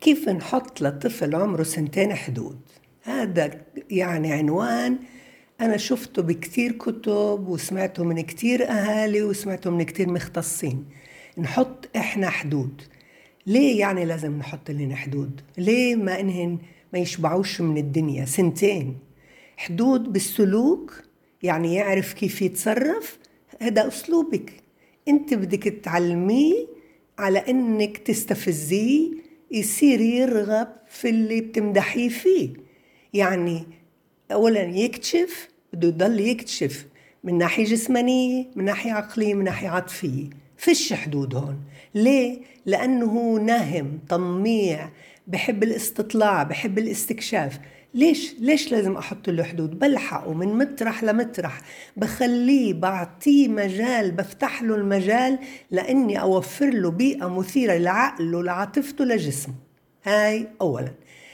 كيف نحط لطفل عمره 2 حدود؟ هذا يعني عنوان أنا شفته بكتير كتب وسمعته من كتير أهالي وسمعته من كتير مختصين. نحط إحنا حدود. ليه يعني لازم نحط لنا حدود؟ ليه ما إنهن ما يشبعوش من الدنيا 2 حدود بالسلوك؟ يعني يعرف كيف يتصرف. هذا أسلوبك، أنت بدك تعلميه على إنك تستفزيه يصير يرغب في اللي بتمدحيه فيه. يعني أولا يكتشف، بده يضل يكتشف من ناحية جسمانية، من ناحية عقلية، من ناحية عاطفية. فيش حدود هون. ليه؟ لأنه نهم طميع، بحب الاستطلاع، بحب الاستكشاف. ليش لازم أحط له حدود؟ بلحقه من مطرح لمطرح، بخليه، بعطيه مجال، بفتح له المجال لأني أوفر له بيئة مثيرة لعقله، لعاطفته، لجسمه. هاي أولا.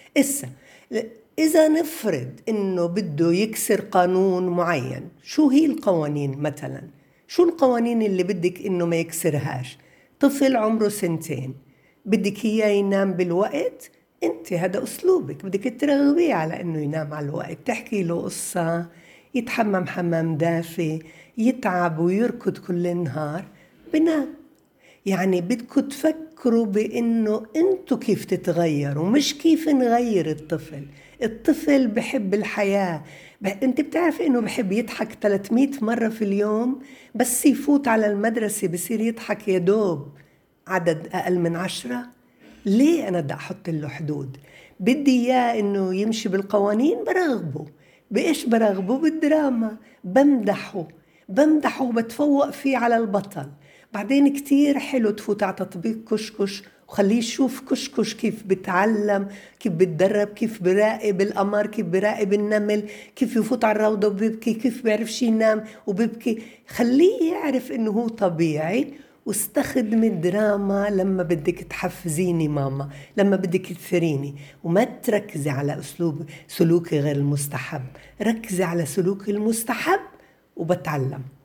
إذا نفرض إنه بده يكسر قانون معين، شو هي القوانين مثلا؟ شو القوانين اللي بدك إنه ما يكسرهاش؟ طفل عمره 2 بدك إياه ينام بالوقت، أنت هذا أسلوبك، بدك ترغبيه على إنه ينام على الوقت، تحكي له قصة، يتحمم حمام دافي، يتعب ويركض كل النهار، بنام. يعني بدكم تفكروا بأنه أنتوا كيف تتغيروا، مش كيف نغير الطفل. الطفل بحب الحياة. أنت بتعرف أنه بحب يضحك 300 مرة في اليوم، بس يفوت على المدرسة بصير يضحك يدوب عدد أقل من 10. ليه أنا بدي أحط له حدود؟ بدي إياه إنه يمشي بالقوانين، برغبه. بإيش برغبه؟ بالدراما. بمدحه وبتفوق فيه على البطل. بعدين كتير حلو تفوت على تطبيق كشكش وخليه يشوف كشكش كيف بتعلم، كيف بتدرب، كيف براقب القمر، كيف براقب النمل، كيف يفوت على الروضة وبيبكي، كيف بيعرفش ينام وبيبكي. خليه يعرف إنه هو طبيعي. واستخدم الدراما لما بدك تحفزيني ماما، لما بدك تثريني. وما تركزي على أسلوب سلوكي غير المستحب، ركزي على سلوكي المستحب وبتعلم.